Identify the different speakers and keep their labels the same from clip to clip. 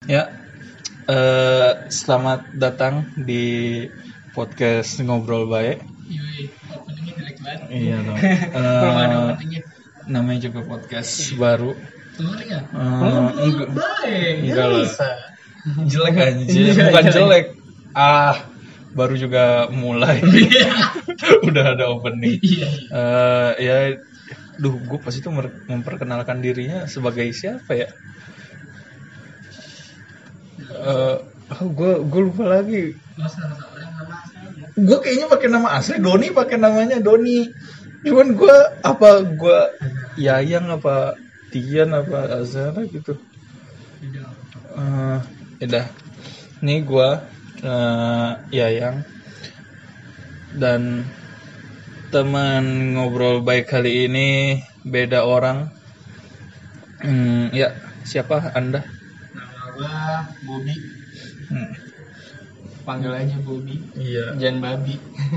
Speaker 1: Ya, selamat datang di podcast Ngobrol Baik.
Speaker 2: Yoi, openingnya jelek banget.
Speaker 1: Iya dong.
Speaker 2: Belum ada openingnya.
Speaker 1: Namanya juga podcast baru.
Speaker 2: Tuh ya?
Speaker 1: Enggak,
Speaker 2: Baik.
Speaker 1: enggak lah.
Speaker 2: Bisa.
Speaker 1: Jelek anjir,
Speaker 2: Iya,
Speaker 1: bukan
Speaker 2: iya.
Speaker 1: jelek. Baru juga mulai. Udah ada opening.
Speaker 2: Iya.
Speaker 1: Ya, gue pasti tuh memperkenalkan dirinya sebagai siapa ya? Gue lupa lagi.
Speaker 2: Mas nama asalnya.
Speaker 1: Gue kayaknya pakai nama asli Doni, pakai namanya Doni. Cuman gue Yayang apa Tian apa Azara gitu. Udah. Ini gue Yayang dan teman ngobrol baik kali ini beda orang. Ya, siapa Anda?
Speaker 2: Nama gua Bobby. Panggil aja Bobby.
Speaker 1: Iya.
Speaker 2: Jangan babi.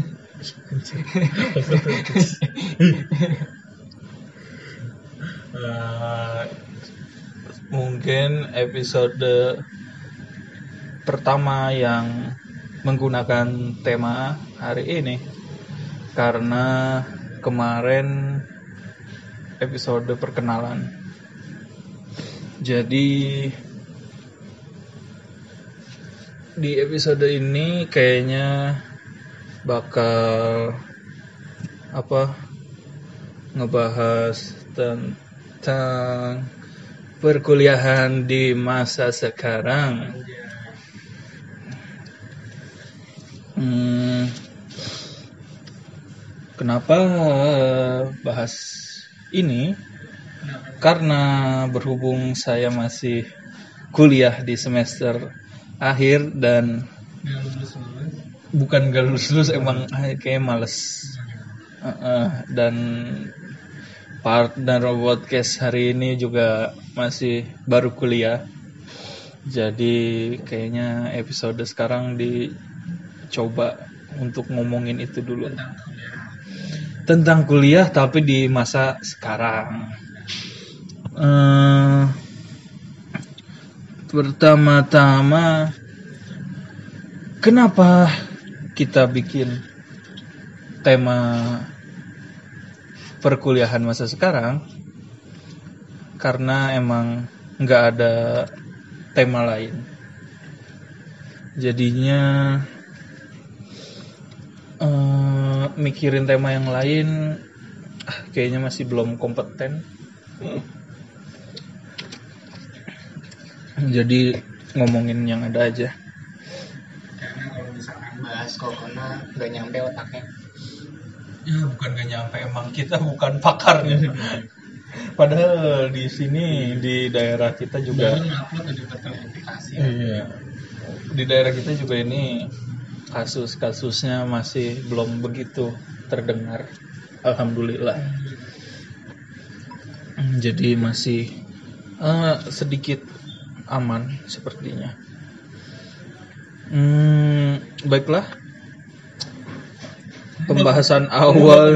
Speaker 1: Mungkin episode pertama yang menggunakan tema hari ini karena kemarin episode perkenalan. Jadi di episode ini kayaknya bakal ngebahas tentang perkuliahan di masa sekarang. Kenapa bahas ini? Karena berhubung saya masih kuliah di semester akhir dan bukan gak lulus, emang kayak males. Dan partner podcast hari ini juga masih baru kuliah. Jadi kayaknya episode sekarang dicoba untuk ngomongin itu dulu. Tentang kuliah tapi di masa sekarang. Pertama-tama, kenapa kita bikin tema perkuliahan masa sekarang? Karena emang nggak ada tema lain. Jadinya mikirin tema yang lain kayaknya masih belum kompeten. Jadi ngomongin yang ada aja.
Speaker 2: Karena kalau misalkan bahas corona nggak nyampe otaknya.
Speaker 1: Ya bukan gak nyampe, emang kita bukan pakarnya. Padahal di sini di daerah kita juga.
Speaker 2: Baru ngupload udah terverifikasi.
Speaker 1: Iya. Di daerah kita juga ini kasus-kasusnya masih belum begitu terdengar. Alhamdulillah. Jadi masih sedikit aman sepertinya. Baiklah. Pembahasan awal.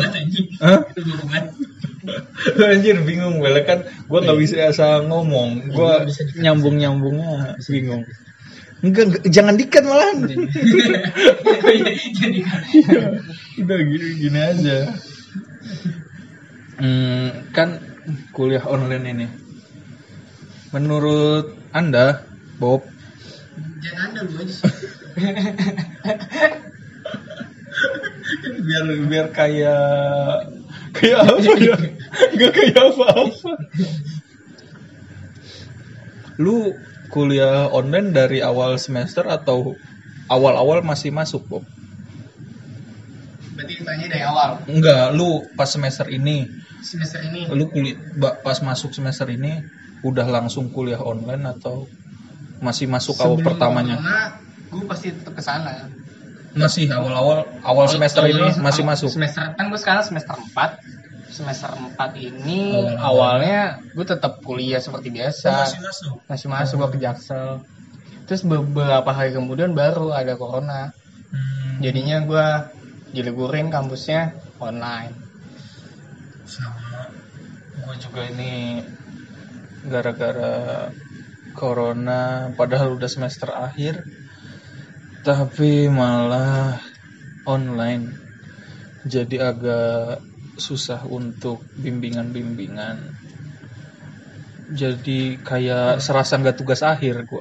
Speaker 1: Anjir bingung banget kan. Gue nggak bisa asal ngomong. Gue nyambungnya bingung. Enggak, jangan dikat malahan.
Speaker 2: Jadi
Speaker 1: Udah gini aja. Kan kuliah online ini. Menurut Anda, Bob?
Speaker 2: jangan Anda lu aja sih.
Speaker 1: biar kayak apa ya? Enggak kayak apa-apa. Lu kuliah online dari awal semester atau awal-awal masih masuk, Bob?
Speaker 2: Berarti ditanya dari awal.
Speaker 1: Enggak, lu pas semester ini.
Speaker 2: Semester ini
Speaker 1: Lu pas masuk semester ini udah langsung kuliah online atau masih masuk awal pertamanya?
Speaker 2: Gue pasti tetap ke sana.
Speaker 1: Masih awal semester ini masih masuk.
Speaker 2: Semester kan gue sekarang semester 4. Semester 4 ini awalnya gue tetap kuliah seperti biasa. Masih masuk gue ke Jaksel. Terus beberapa hari kemudian baru ada corona. Jadinya gue diliburin kampusnya online.
Speaker 1: Sama gue juga ini gara-gara corona padahal udah semester akhir tapi malah online, jadi agak susah untuk bimbingan, jadi kayak serasa nggak tugas akhir gua.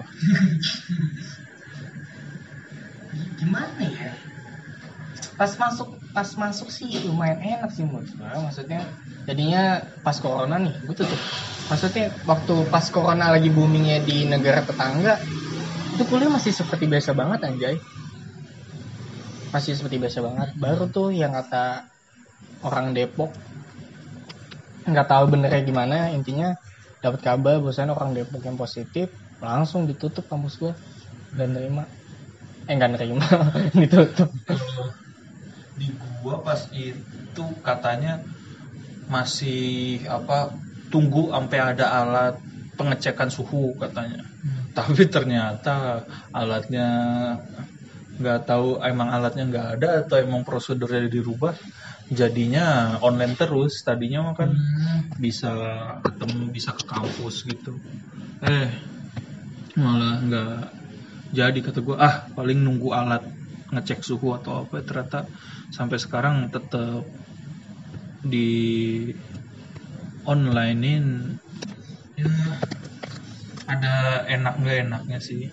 Speaker 2: Gimana ya, pas masuk sih lumayan enak sih menurut gue. Maksudnya jadinya pas corona nih gue tutup, maksudnya waktu pas corona lagi boomingnya di negara tetangga itu kuliah masih seperti biasa banget anjay, masih seperti biasa banget. Baru tuh yang kata orang Depok, nggak tahu benernya gimana, intinya dapat kabar bahwasannya orang Depok yang positif, langsung ditutup kampus gue. Nggak nerima ditutup.
Speaker 1: Di gua pas itu katanya masih tunggu sampai ada alat pengecekan suhu katanya. Tapi ternyata alatnya nggak tahu, emang alatnya nggak ada atau emang prosedurnya dirubah, jadinya online terus. Tadinya kan bisa ketemu, bisa ke kampus gitu, malah nggak jadi. Kata gue paling nunggu alat ngecek suhu atau apa, ternyata sampai sekarang tetap di onlinein. Ya ada enak nggak enaknya sih.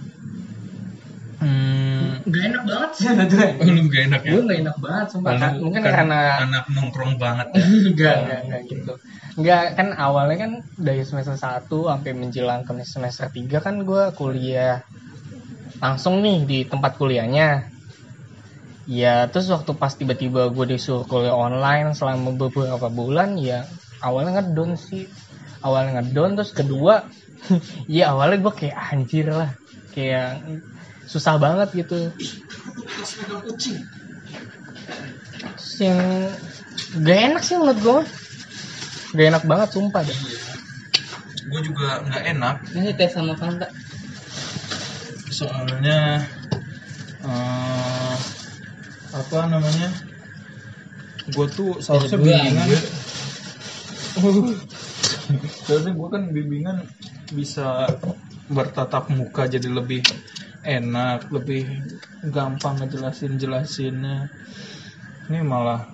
Speaker 2: Nggak enak banget sih.
Speaker 1: Lu nggak enak ya?
Speaker 2: Gue nggak enak banget sumpah. Mungkin karena
Speaker 1: anak nongkrong banget ya.
Speaker 2: Enggak gitu. Enggak, kan awalnya kan dari semester 1 sampai menjelang ke semester 3 kan gue kuliah langsung nih di tempat kuliahnya. Ya terus waktu pas tiba-tiba gue disuruh kuliah online selama beberapa bulan, ya awalnya ngedon sih. Terus kedua ya awalnya gue kayak anjir lah, kayak susah banget gitu. Terus yang gak enak sih menurut gue, gak enak banget sumpah deh.
Speaker 1: Gue juga gak enak.
Speaker 2: Ini teh sama Fanta.
Speaker 1: Soalnya gue tuh seharusnya bimbingan. Seharusnya gue kan bimbingan bisa bertatap muka, jadi lebih enak, lebih gampang ngejelasinnya. Ini malah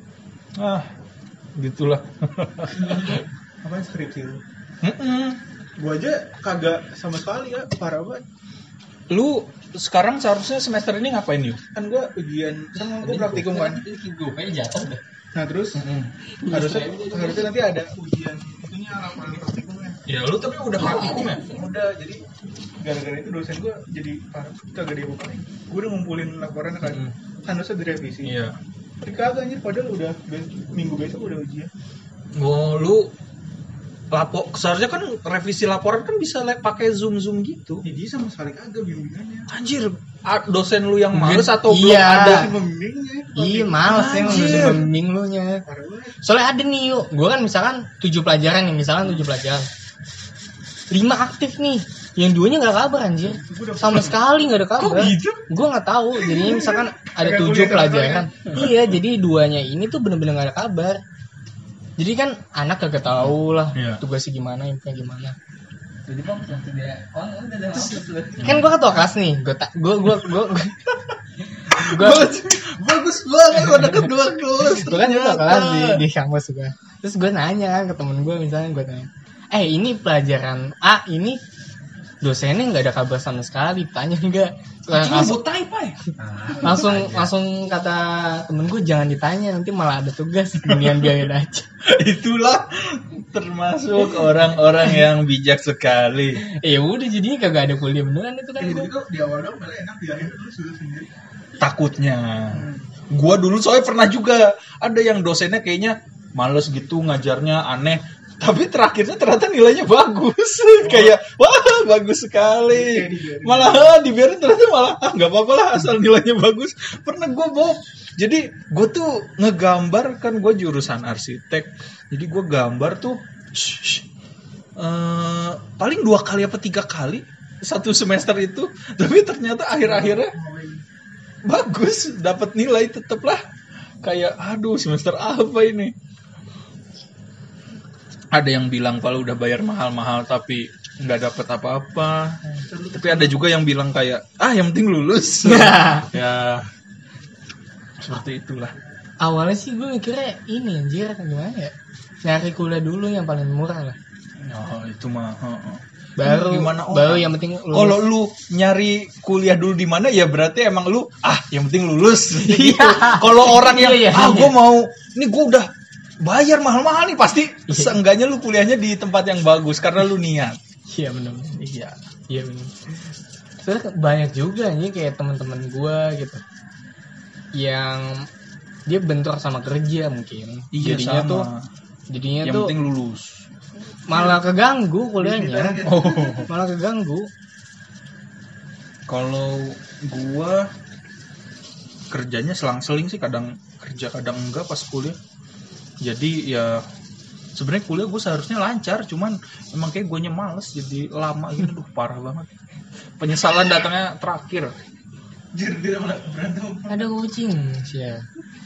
Speaker 1: gitulah.
Speaker 3: Apa skripsi lu? Gue aja kagak sama sekali ya, parah banget.
Speaker 1: Lu sekarang seharusnya semester ini ngapain yuk?
Speaker 3: Kan gue ujian, sama gue praktikum kan.
Speaker 2: Gue kayaknya jatuh deh.
Speaker 3: Nah terus harusnya nanti ada ujian itunya, laporan praktikumnya.
Speaker 1: Ya lu tapi udah praktikum ya?
Speaker 3: Udah, jadi gara-gara itu dosen gue jadi parah, kagak dibukain. Gue udah ngumpulin laporan kan, harusnya direvisi.
Speaker 1: Iya.
Speaker 3: Tapi kagak anjir, padahal udah minggu besok udah ujian.
Speaker 1: Lu seharusnya kan revisi laporan kan bisa pakai zoom gitu.
Speaker 3: Jadi sama sekali kagak bimbingannya.
Speaker 1: Anjir, dosen lu yang males atau
Speaker 2: belum
Speaker 1: ada?
Speaker 2: Iya, males yang membimbing lu nya. Soalnya ada nih yuk, gue kan misalkan 7 pelajaran nih, 5 aktif nih, yang 2-nya nggak kabar anjir, sama sekali nggak ada kabar.
Speaker 1: Gitu?
Speaker 2: Gue nggak tahu, jadinya misalkan ada 7 pelajaran, iya, jadi 2-nya ini tuh bener-bener nggak ada kabar. Jadi kan anak kagak tahu lah tugasnya gimana, infonya gimana. Jadi bang udah kan gue ketua kelas nih, gue
Speaker 1: bagus banget udah kedua kelas.
Speaker 2: Gue kan ketua kelas di kampus gue. Terus gue nanya ke temen gue, misalnya gue tanya, ini pelajaran A ini dosennya nggak ada kabar sama sekali, tanya enggak? Langsung kata temen gue, jangan ditanya, nanti malah ada tugas, mendingan biarin aja.
Speaker 1: Itulah termasuk orang-orang yang bijak sekali.
Speaker 2: Ya udah, jadinya kagak ada kuliah beneran itu kan.
Speaker 3: Itu di awal malah enak, di akhir lu sudah sendiri.
Speaker 1: Takutnya. Gua dulu soalnya pernah juga ada yang dosennya kayaknya males gitu ngajarnya, aneh. Tapi terakhirnya ternyata nilainya bagus. Kayak wah bagus sekali. Malah dibiarin ternyata malah nggak apa-apa lah asal nilainya bagus. Pernah gue Bob. Jadi gue tuh ngegambar, kan gue jurusan arsitek. Jadi gue gambar tuh paling 2 kali apa 3 kali satu semester itu. Tapi ternyata akhir-akhirnya bagus, dapat nilai tetep lah. Kayak aduh semester apa ini. Ada yang bilang kalau udah bayar mahal-mahal tapi nggak dapet apa-apa. Tapi ada juga yang bilang kayak yang penting lulus. Ya seperti itulah.
Speaker 2: Awalnya sih gue mikirnya ini anjir gimana ya, nyari kuliah dulu yang paling murah lah.
Speaker 1: Oh itu mah.
Speaker 2: Baru yang penting lulus.
Speaker 1: Kalau lu nyari kuliah dulu di mana ya berarti emang lu yang penting lulus. Gitu. Kalau orang yang gue mau nih gue udah bayar mahal-mahal nih pasti seenggaknya lu kuliahnya di tempat yang bagus karena lu niat.
Speaker 2: Iya benar. Iya benar. Soalnya banyak juga nih kayak teman-teman gue gitu yang dia bentrok sama kerja mungkin.
Speaker 1: Iya,
Speaker 2: jadinya
Speaker 1: yang
Speaker 2: tuh
Speaker 1: penting lulus.
Speaker 2: Malah keganggu kuliahnya. Malah keganggu.
Speaker 1: Kalau gua kerjanya selang-seling sih, kadang kerja kadang enggak pas kuliah. Jadi ya sebenarnya kuliah gue seharusnya lancar, cuman emang kayak gue males jadi lama gitu. Duh parah banget. Penyesalan datangnya terakhir.
Speaker 2: Ada kucing sih ya.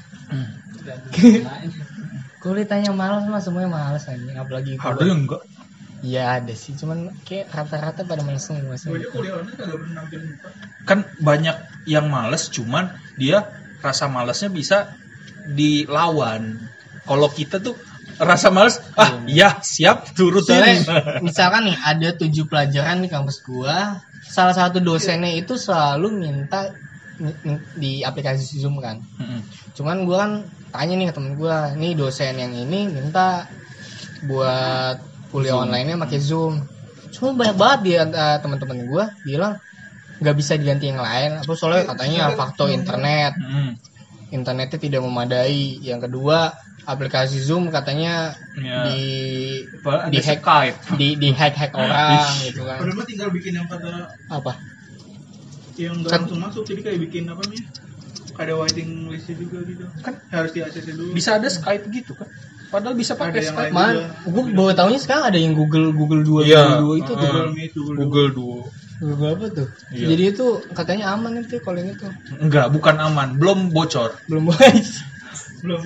Speaker 2: Kuliahnya malas mah semuanya malas anjing, apalagi
Speaker 1: ada yang enggak?
Speaker 2: Iya ada sih, cuman kayak rata-rata pada males semua sih.
Speaker 1: Kan banyak yang males, cuman dia rasa malesnya bisa dilawan. Kalau kita tuh rasa males, iya siap turutin.
Speaker 2: Soalnya, misalkan nih ada 7 pelajaran di kampus gua, salah satu dosennya itu selalu minta di aplikasi Zoom kan. Cuman gua kan tanya nih ke temen gua, nih dosen yang ini minta buat kuliah online-nya pakai Zoom. Cuma banyak banget dia teman-teman gua bilang nggak bisa diganti yang lain. Apa soalnya katanya faktor internet. Internetnya tidak memadai. Yang kedua, aplikasi Zoom katanya di hack orang gitu kan.
Speaker 3: Padahal tinggal bikin yang pada
Speaker 2: apa?
Speaker 3: Yang nggak langsung masuk, jadi kayak bikin apa nih? Ada waiting listnya juga gitu. Kan harus di ACC dulu.
Speaker 1: Bisa ada Skype gitu kan? Padahal bisa pakai Skype.
Speaker 2: Gue baru tahunya sekarang ada yang Google Duo itu tuh.
Speaker 1: Google Duo.
Speaker 2: Google apa tuh? Iya. Jadi itu katanya aman itu kalau yang itu.
Speaker 1: Enggak, bukan aman, belum bocor.
Speaker 2: Belum tembus.
Speaker 3: Belum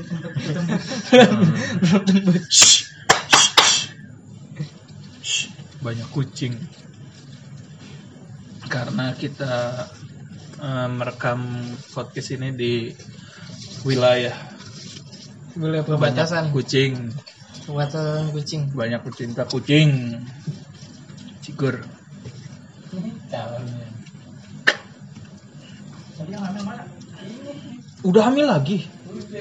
Speaker 2: tembus.
Speaker 1: Banyak kucing. Karena kita merekam podcast ini di wilayah
Speaker 2: perbatasan
Speaker 1: kucing.
Speaker 2: Perbatasan kucing.
Speaker 1: Banyak pecinta kucing. Cigur. Udah hamil lagi.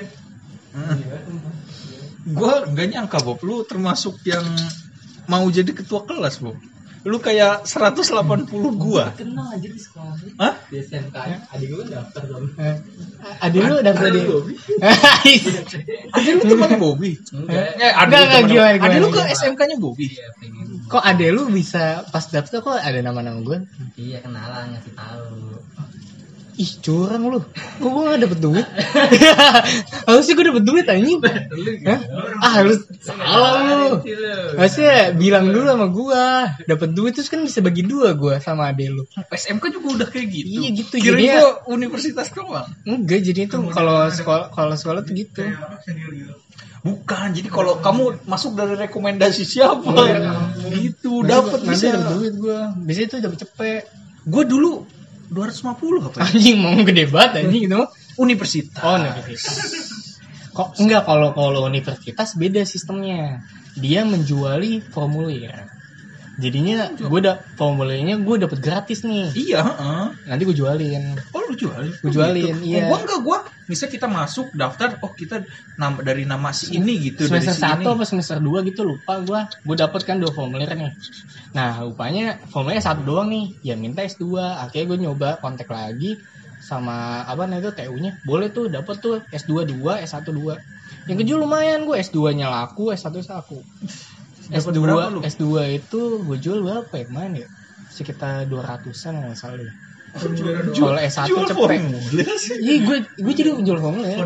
Speaker 1: Gue nggak nyangka Bob, lu termasuk yang mau jadi ketua kelas Bob. Lu kayak 180 gua.
Speaker 2: Kenal aja di sekolah.
Speaker 1: Hah?
Speaker 2: Di SMK. Adik gue daftar dong. Adik lu daftar di
Speaker 1: Adik lu teman Bobby?
Speaker 2: Adik
Speaker 1: lu ke SMK-nya Bobby?
Speaker 2: Kok adek lu bisa pas daftar kok ada nama-nama gue?
Speaker 4: Iya kenalan ngasih tahu.
Speaker 2: Ih curang lu. Kok gue gak dapet duit? Harusnya gue dapet duit anjing. Lu salah lu. Harusnya bilang dulu sama gue dapet duit terus kan bisa bagi 2 gue sama adek lu.
Speaker 1: SMK juga udah kayak gitu.
Speaker 2: Iya gitu.
Speaker 1: Kira gue universitas doang.
Speaker 2: Enggak, jadi itu kalau sekolah tuh gitu.
Speaker 1: Bukan, jadi kalau kamu masuk dari rekomendasi siapa? Gitu, dapat bisa
Speaker 2: dapet duit gue. Biasanya itu dapat cepet.
Speaker 1: Gue dulu 250 apa ya?
Speaker 2: Anjing mau gede banget anjing itu.
Speaker 1: Universitas.
Speaker 2: Oh, universitas. Kok enggak, kalau universitas beda sistemnya. Dia menjuali formulir. Jadinya gue formulirnya gue dapet gratis nih.
Speaker 1: Iya,
Speaker 2: Nanti gue jualin.
Speaker 1: Oh, lu jualin?
Speaker 2: Gue jualin,
Speaker 1: gitu.
Speaker 2: iya.
Speaker 1: Gue misalnya kita masuk daftar, kita dari nama si ini gitu.
Speaker 2: Semester
Speaker 1: dari
Speaker 2: 1 apa semester 2 gitu lupa gue. Gue dapet kan 2 formulir nih. Nah rupanya formulirnya 1 doang nih. Ya minta S2. Akhirnya gue nyoba kontak lagi sama itu TU-nya. Boleh tuh dapet tuh S2 2, S1 2. Yang kejual lumayan gue, S2-nya laku, S1 laku. S2 itu gue jual berapa ya kemarin ya? Sekitar 200-an nggak salah ya. Kalau S1 cepet. Iya gue jadi jual formulir.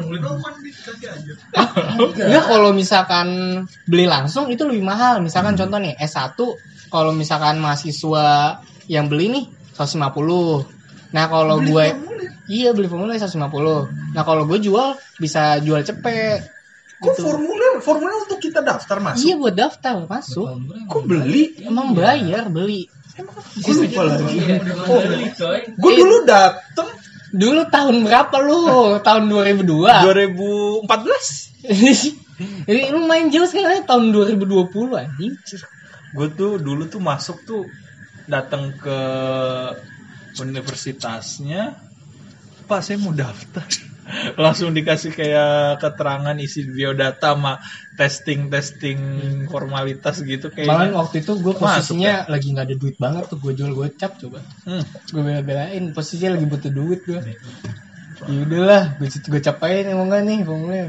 Speaker 2: Enggak, kalau misalkan beli langsung itu lebih mahal. Misalkan contoh nih S1 kalau misalkan mahasiswa yang beli nih 150. Nah kalau gue beli formulir 150. Nah kalau gue jual bisa jual cepet.
Speaker 1: Kok formulir formulir untuk kita daftar masuk.
Speaker 2: Iya buat daftar masuk.
Speaker 1: Kok beli?
Speaker 2: Emang bayar beli.
Speaker 1: Gue lupa lagi.
Speaker 4: Beli coy.
Speaker 1: Gue dulu dateng
Speaker 2: Dulu tahun berapa lu? Tahun 2002.
Speaker 1: 2014.
Speaker 2: Ini lu main jauh sekarang tahun 2020 anjing.
Speaker 1: Gue tuh dulu tuh masuk tuh datang ke universitasnya, Pak saya mau daftar. Langsung dikasih kayak keterangan isi biodata sama testing formalitas gitu kayaknya.
Speaker 2: Malah waktu itu gue posisinya
Speaker 1: Masuk,
Speaker 2: lagi nggak ada duit banget tuh, gue jual gocap coba. Gue bela-belain posisinya lagi butuh duit gue. Ya udahlah, gue capain emang nggak nih formulir.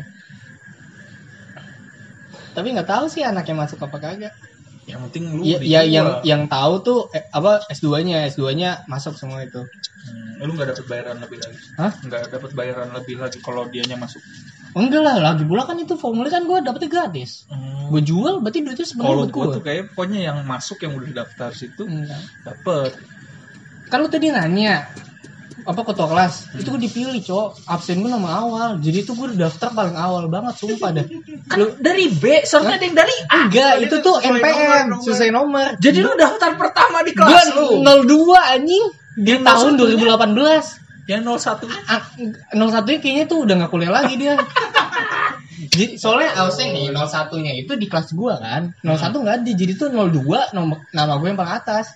Speaker 2: Tapi nggak tahu sih anaknya masuk apa kagak.
Speaker 1: Yang penting lu
Speaker 2: Ya yang tahu tuh S2-nya masuk semua itu.
Speaker 1: Lu nggak dapat bayaran lebih lagi?
Speaker 2: Hah?
Speaker 1: Nggak dapat bayaran lebih lagi kalau dianya masuk?
Speaker 2: Enggak lah, lagi pula kan itu formulir kan gue dapetnya gratis. Gue jual berarti duitnya sebenarnya
Speaker 1: Kalau
Speaker 2: buat
Speaker 1: gue
Speaker 2: gue.
Speaker 1: tuh kayak pokoknya yang masuk yang udah daftar situ
Speaker 2: Enggak.
Speaker 1: dapet.
Speaker 2: Kan lu tadi nanya apa ketua kelas, itu gue dipilih cowok, absen gue nama awal, jadi itu gue daftar paling awal banget sumpah dah.
Speaker 1: Lu dari B, seharusnya ada yang dari A.
Speaker 2: Enggak, itu tuh
Speaker 3: sesuai
Speaker 2: MPM,
Speaker 3: nomor.
Speaker 2: sesuai nomor.
Speaker 1: Jadi lu daftar pertama di
Speaker 2: Gue
Speaker 1: kelas lu.
Speaker 2: 02 anjing di
Speaker 1: Yang
Speaker 2: tahun
Speaker 1: 01.
Speaker 2: 2018.
Speaker 1: Yang 01.
Speaker 2: 01 nya kayaknya tuh udah gak kuliah lagi dia. Jadi, soalnya ausnya nih 01 nya itu di kelas gue kan, 01 nggak ada, jadi tuh 02 nama gue yang paling atas.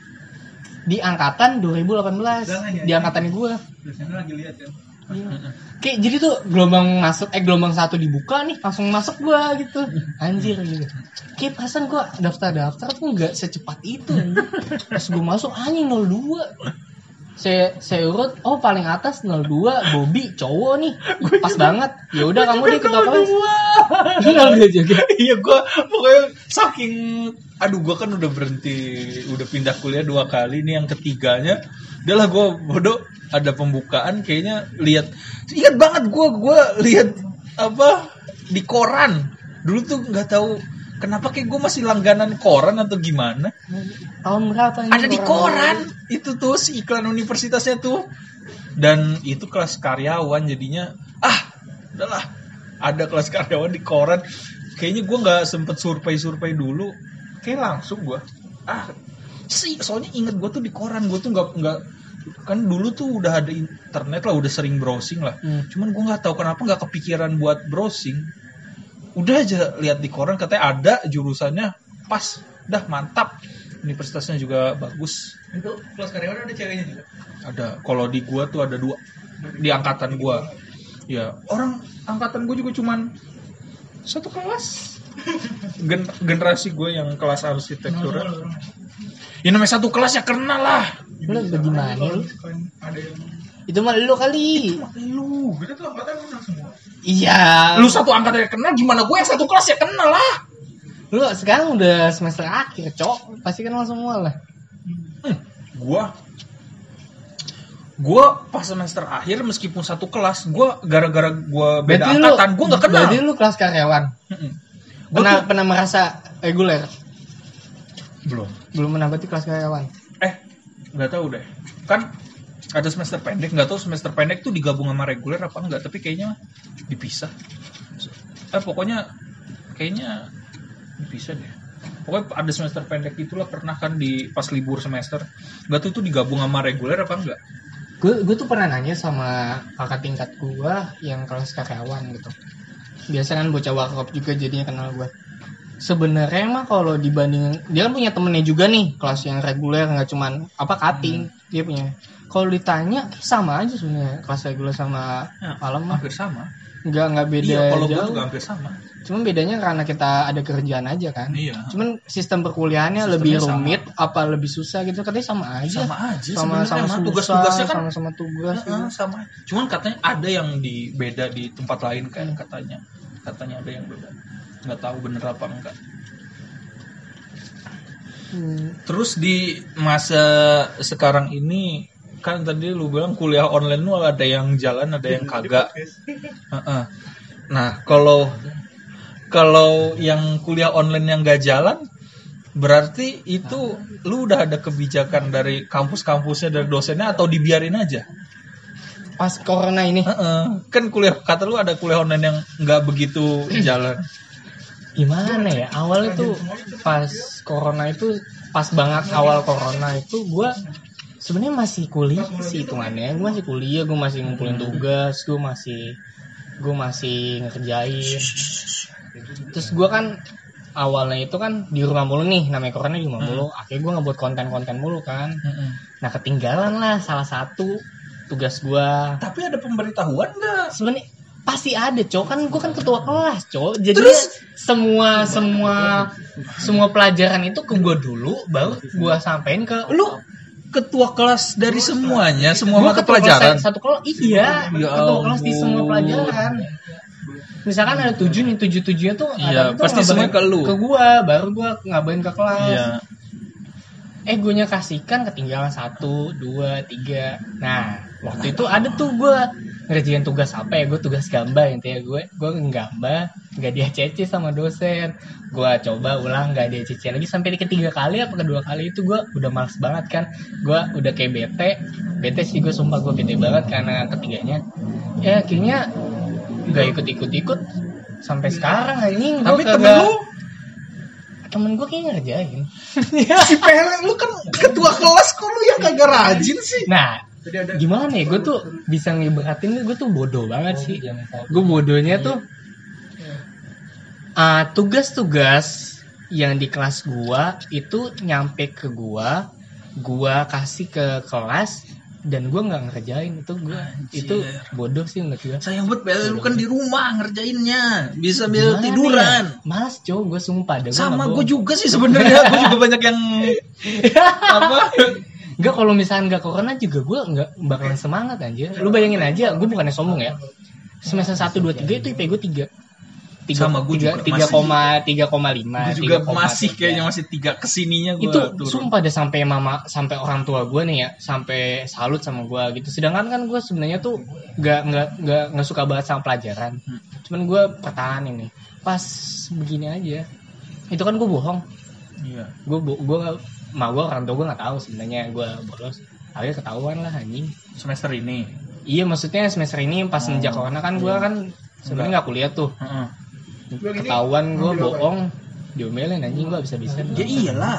Speaker 2: Di angkatan 2018, di angkatan gue.
Speaker 3: Biasanya lagi lihat kan.
Speaker 2: Kayak jadi tuh gelombang 1 dibuka nih, langsung masuk gua gitu. Anjir gitu. Kayak perasaan gua daftar tuh enggak secepat itu anjir. Pas gua masuk anjing 02. Saya urut, oh paling atas 02, Bobby cowok nih. Pas banget. Ya udah kamu deh ketua kelas. Iya juga.
Speaker 1: Iya gue pokoknya saking gue kan udah pindah kuliah 2 kali, nih yang ketiganya udahlah gue bodoh, ada pembukaan kayaknya ingat banget gue lihat apa di koran dulu tuh, nggak tahu kenapa kayak gue masih langganan koran atau gimana.
Speaker 2: Tahun berapa ini?
Speaker 1: Ada di koran itu tuh si iklan universitasnya tuh, dan itu kelas karyawan jadinya udahlah ada kelas karyawan di koran. Kayaknya gue nggak sempet survei dulu, kayak langsung gue soalnya inget gue tuh di koran. Gue tuh nggak kan dulu tuh udah ada internet lah, udah sering browsing lah. Cuman gue nggak tahu kenapa nggak kepikiran buat browsing. Udah aja lihat di koran katanya ada jurusannya, pas dah mantap, universitasnya juga bagus.
Speaker 3: Itu kelas karyawan ada ceweknya juga.
Speaker 1: Ada, kalau di gua tuh ada 2 di angkatan gua. Ya orang angkatan gua juga cuman 1 kelas. Generasi gue yang kelas arsitektur. Ya namanya 1 kelas ya kenal lah.
Speaker 2: Lu bagaimana lu?
Speaker 3: Ada yang
Speaker 2: Itu mah lu kali.
Speaker 1: Lu
Speaker 3: kita tuh angkatan kenal semua.
Speaker 2: Iya.
Speaker 1: Lu 1 angkatan kenal, gimana gue yang 1 kelas ya kenal lah.
Speaker 2: Lu sekarang udah semester akhir, cok. Pasti kenal semua lah.
Speaker 1: Gue pas semester akhir meskipun 1 kelas, gue gara-gara gue beda
Speaker 2: Berarti
Speaker 1: angkatan, gue nggak kenal.
Speaker 2: Berarti lu kelas karyawan. Pernah merasa reguler? Belum pernah, berarti kelas karyawan.
Speaker 1: Nggak tahu deh. Kan ada semester pendek, nggak tahu semester pendek tuh digabung sama reguler apa enggak, tapi kayaknya dipisah. Pokoknya kayaknya dipisah deh. Pokoknya ada semester pendek itulah, pernah kan di pas libur semester. Nggak tahu itu digabung sama reguler apa enggak.
Speaker 2: Gue tuh pernah nanya sama kakak tingkat gue yang kelas karyawan gitu. Biasa kan bocah warkop juga jadinya kenal gue. Sebenarnya mah kalau dibanding, dia kan punya temennya juga nih kelas yang reguler, nggak cuman cutting, dia punya. Kalau ditanya sama aja sebenarnya kelas reguler sama malam mah.
Speaker 1: Hampir sama.
Speaker 2: Nggak beda.
Speaker 1: Iya, kalau gue
Speaker 2: jauh.
Speaker 1: juga hampir sama.
Speaker 2: Cuman bedanya karena kita ada kerjaan aja kan.
Speaker 1: Iya.
Speaker 2: Cuman sistem perkuliahannya
Speaker 1: Sistemnya
Speaker 2: lebih
Speaker 1: sama.
Speaker 2: rumit apa lebih susah gitu, katanya sama aja.
Speaker 1: Sama
Speaker 2: Sama
Speaker 1: tugas-tugasnya kan
Speaker 2: sama tugas.
Speaker 1: sama. Cuman katanya ada yang beda di tempat lain kayak katanya ada yang beda. Nggak tahu bener apa enggak. Terus di masa sekarang ini kan tadi lu bilang kuliah online lu ada yang jalan, ada yang kagak. Nah, kalau yang kuliah online yang gak jalan, berarti itu lu udah ada kebijakan dari kampus-kampusnya, dari dosennya, atau dibiarin aja?
Speaker 2: Pas corona ini.
Speaker 1: Kan kata lu ada kuliah online yang nggak begitu jalan.
Speaker 2: gimana ya, awalnya tuh pas corona itu, pas banget awal corona itu gue sebenarnya masih kuliah sih hitungannya. Gue masih kuliah, gue masih ngumpulin tugas, gue masih ngerjain. Terus gue kan awalnya itu kan di rumah mulu nih, namanya corona di rumah mulu. Akhirnya gue ngebuat konten-konten mulu kan. Nah ketinggalan lah salah satu tugas gue.
Speaker 1: Tapi ada pemberitahuan nggak?
Speaker 2: Sebenarnya pasti ada, cowok, kan gue kan ketua kelas, cowok. Jadi semua pelajaran itu ke gue dulu, baru gue sampein ke
Speaker 1: Lu ketua kelas dari semuanya, semua
Speaker 2: gua
Speaker 1: mata
Speaker 2: ketua
Speaker 1: pelajaran.
Speaker 2: kelas, satu kelas, iya,
Speaker 1: Ya
Speaker 2: ketua kelas di
Speaker 1: ampun.
Speaker 2: semua pelajaran. Misalkan ada 7 nih, 7-7-nya tuh
Speaker 1: Iya,
Speaker 2: ada tuh
Speaker 1: pasti semua ke lu.
Speaker 2: ke gua, baru gua ngabarin ke kelas.
Speaker 1: Iya.
Speaker 2: Guanya kasihkan ketinggalan 1, 2, 3. Nah, waktu itu ada tuh gua ngerjain tugas apa ya, gue tugas gambar intinya. Gue nggambar, nggak dia CC sama dosen. Gue coba ulang, nggak dia CC lagi sampai ketiga kali apa kedua kali itu gue udah males banget kan. Gue udah kayak bete sih, gue sumpah gue bete banget karena ketiganya. Ya akhirnya nggak ikut sampai sekarang anjing.
Speaker 1: Tapi
Speaker 2: temen gue kayaknya ngerjain.
Speaker 1: Si Pele, lu kan ketua kelas, kok lu yang kagak rajin sih?
Speaker 2: Nah, gimana ya, gue tuh bisa ngibaratin, gue tuh bodoh banget sih. Gue bodohnya tuh tugas-tugas yang di kelas gue itu nyampe ke gue kasih ke kelas, dan gue nggak ngerjain. Itu gue itu bodoh sih menurut gue.
Speaker 1: Sayang banget Pele, lu kan di rumah ngerjainnya, bisa bil
Speaker 2: Gimana
Speaker 1: tiduran.
Speaker 2: ya? Malas cowok, gue sumpah dah.
Speaker 1: Sama gue juga sih sebenarnya, gue juga banyak yang apa?
Speaker 2: Enggak, kalau misalnya nggak corona juga gue nggak bakalan semangat anjir. Lu bayangin aja, gue bukannya sombong ya. Semester 1, 2, 3 itu IP gue 3.
Speaker 1: Sama gue juga
Speaker 2: 3,5.
Speaker 1: Gue juga masih kayaknya masih 3 kesininya gue.
Speaker 2: Itu
Speaker 1: turun.
Speaker 2: sumpah deh, sampai orang tua gue nih ya, sampai salut sama gue gitu. Sedangkan kan gue sebenarnya tuh nggak suka banget sama pelajaran. Cuman gue pertahanin nih. Pas begini aja, itu kan gue bohong.
Speaker 1: Iya.
Speaker 2: Gue orang tua gue nggak tahu sebenarnya gue bolos. Akhirnya ketahuan lah anjing.
Speaker 1: Semester ini.
Speaker 2: Iya, maksudnya semester ini pas sejak corona kan gue kan sebenarnya nggak kuliah tuh. Ketahuan gue bohong, diomelin anjing, gue bisa-bisa.
Speaker 1: Ya iyalah.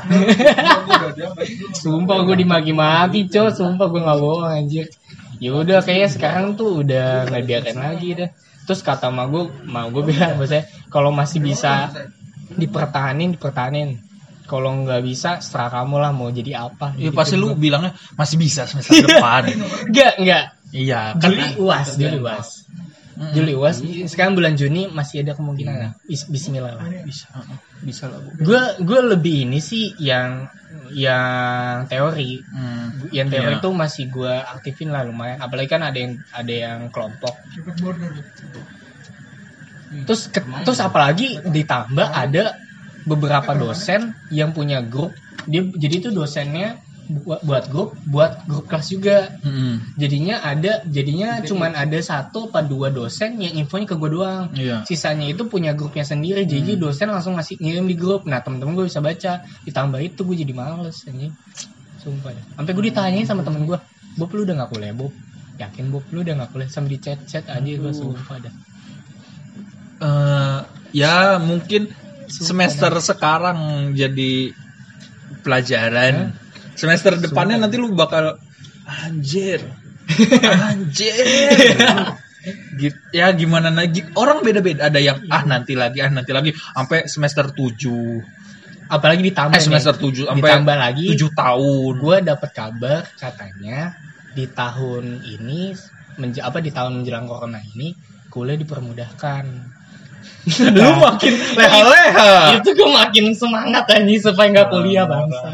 Speaker 2: Sumpah gue dimaki-maki, sumpah gue nggak bohong anjir. Ya udah, kayaknya sekarang tuh udah nggak biarin lagi deh. Terus kata mau gue bilang, maksudnya kalau masih bisa dipertahanin. Kalau nggak bisa, serah kamu lah mau jadi apa.
Speaker 1: Ya
Speaker 2: gitu.
Speaker 1: pasti lu bilangnya masih bisa semester depan.
Speaker 2: Enggak.
Speaker 1: Iya,
Speaker 2: Juli UAS. Juli UAS. Sekarang bulan Juni masih ada kemungkinan. Bismillah lah.
Speaker 1: Bisa lah.
Speaker 2: Gue lebih ini sih yang teori. Yang teori itu masih gue aktifin lah lumayan. Apalagi kan ada yang kelompok. Terus apalagi ditambah ada beberapa dosen yang punya grup. Jadi itu dosennya buat grup kelas juga. Jadinya cuman ada 1 atau 2 dosen yang infonya ke gue doang.
Speaker 1: Iya.
Speaker 2: Sisanya itu punya grupnya sendiri. Jadi dosen langsung ngirim di grup. Nah, temen-temen gue bisa baca. Ditambah itu gue jadi males anjing. Sumpah deh. Sampai gue ditanyain sama temen gue, "Bob, lu udah enggak kuliah, Bob?" Yakin, Bob, lu udah enggak kuliah? Sampai di chat aja gue, sumpah dah.
Speaker 1: Ya mungkin semester sekarang jadi pelajaran. Semester depannya nanti lu bakal anjir. Ya gimana lagi? Orang beda-beda. Ada yang nanti lagi sampai semester 7.
Speaker 2: Apalagi ditambah
Speaker 1: semester 7 sampai
Speaker 2: ditambah lagi
Speaker 1: 7 tahun.
Speaker 2: Gue dapet kabar katanya di tahun ini di tahun menjelang corona ini kuliah dipermudahkan.
Speaker 1: Lu makin leha-leha.
Speaker 2: Itu gue makin semangat anjing supaya nggak kuliah bangsa.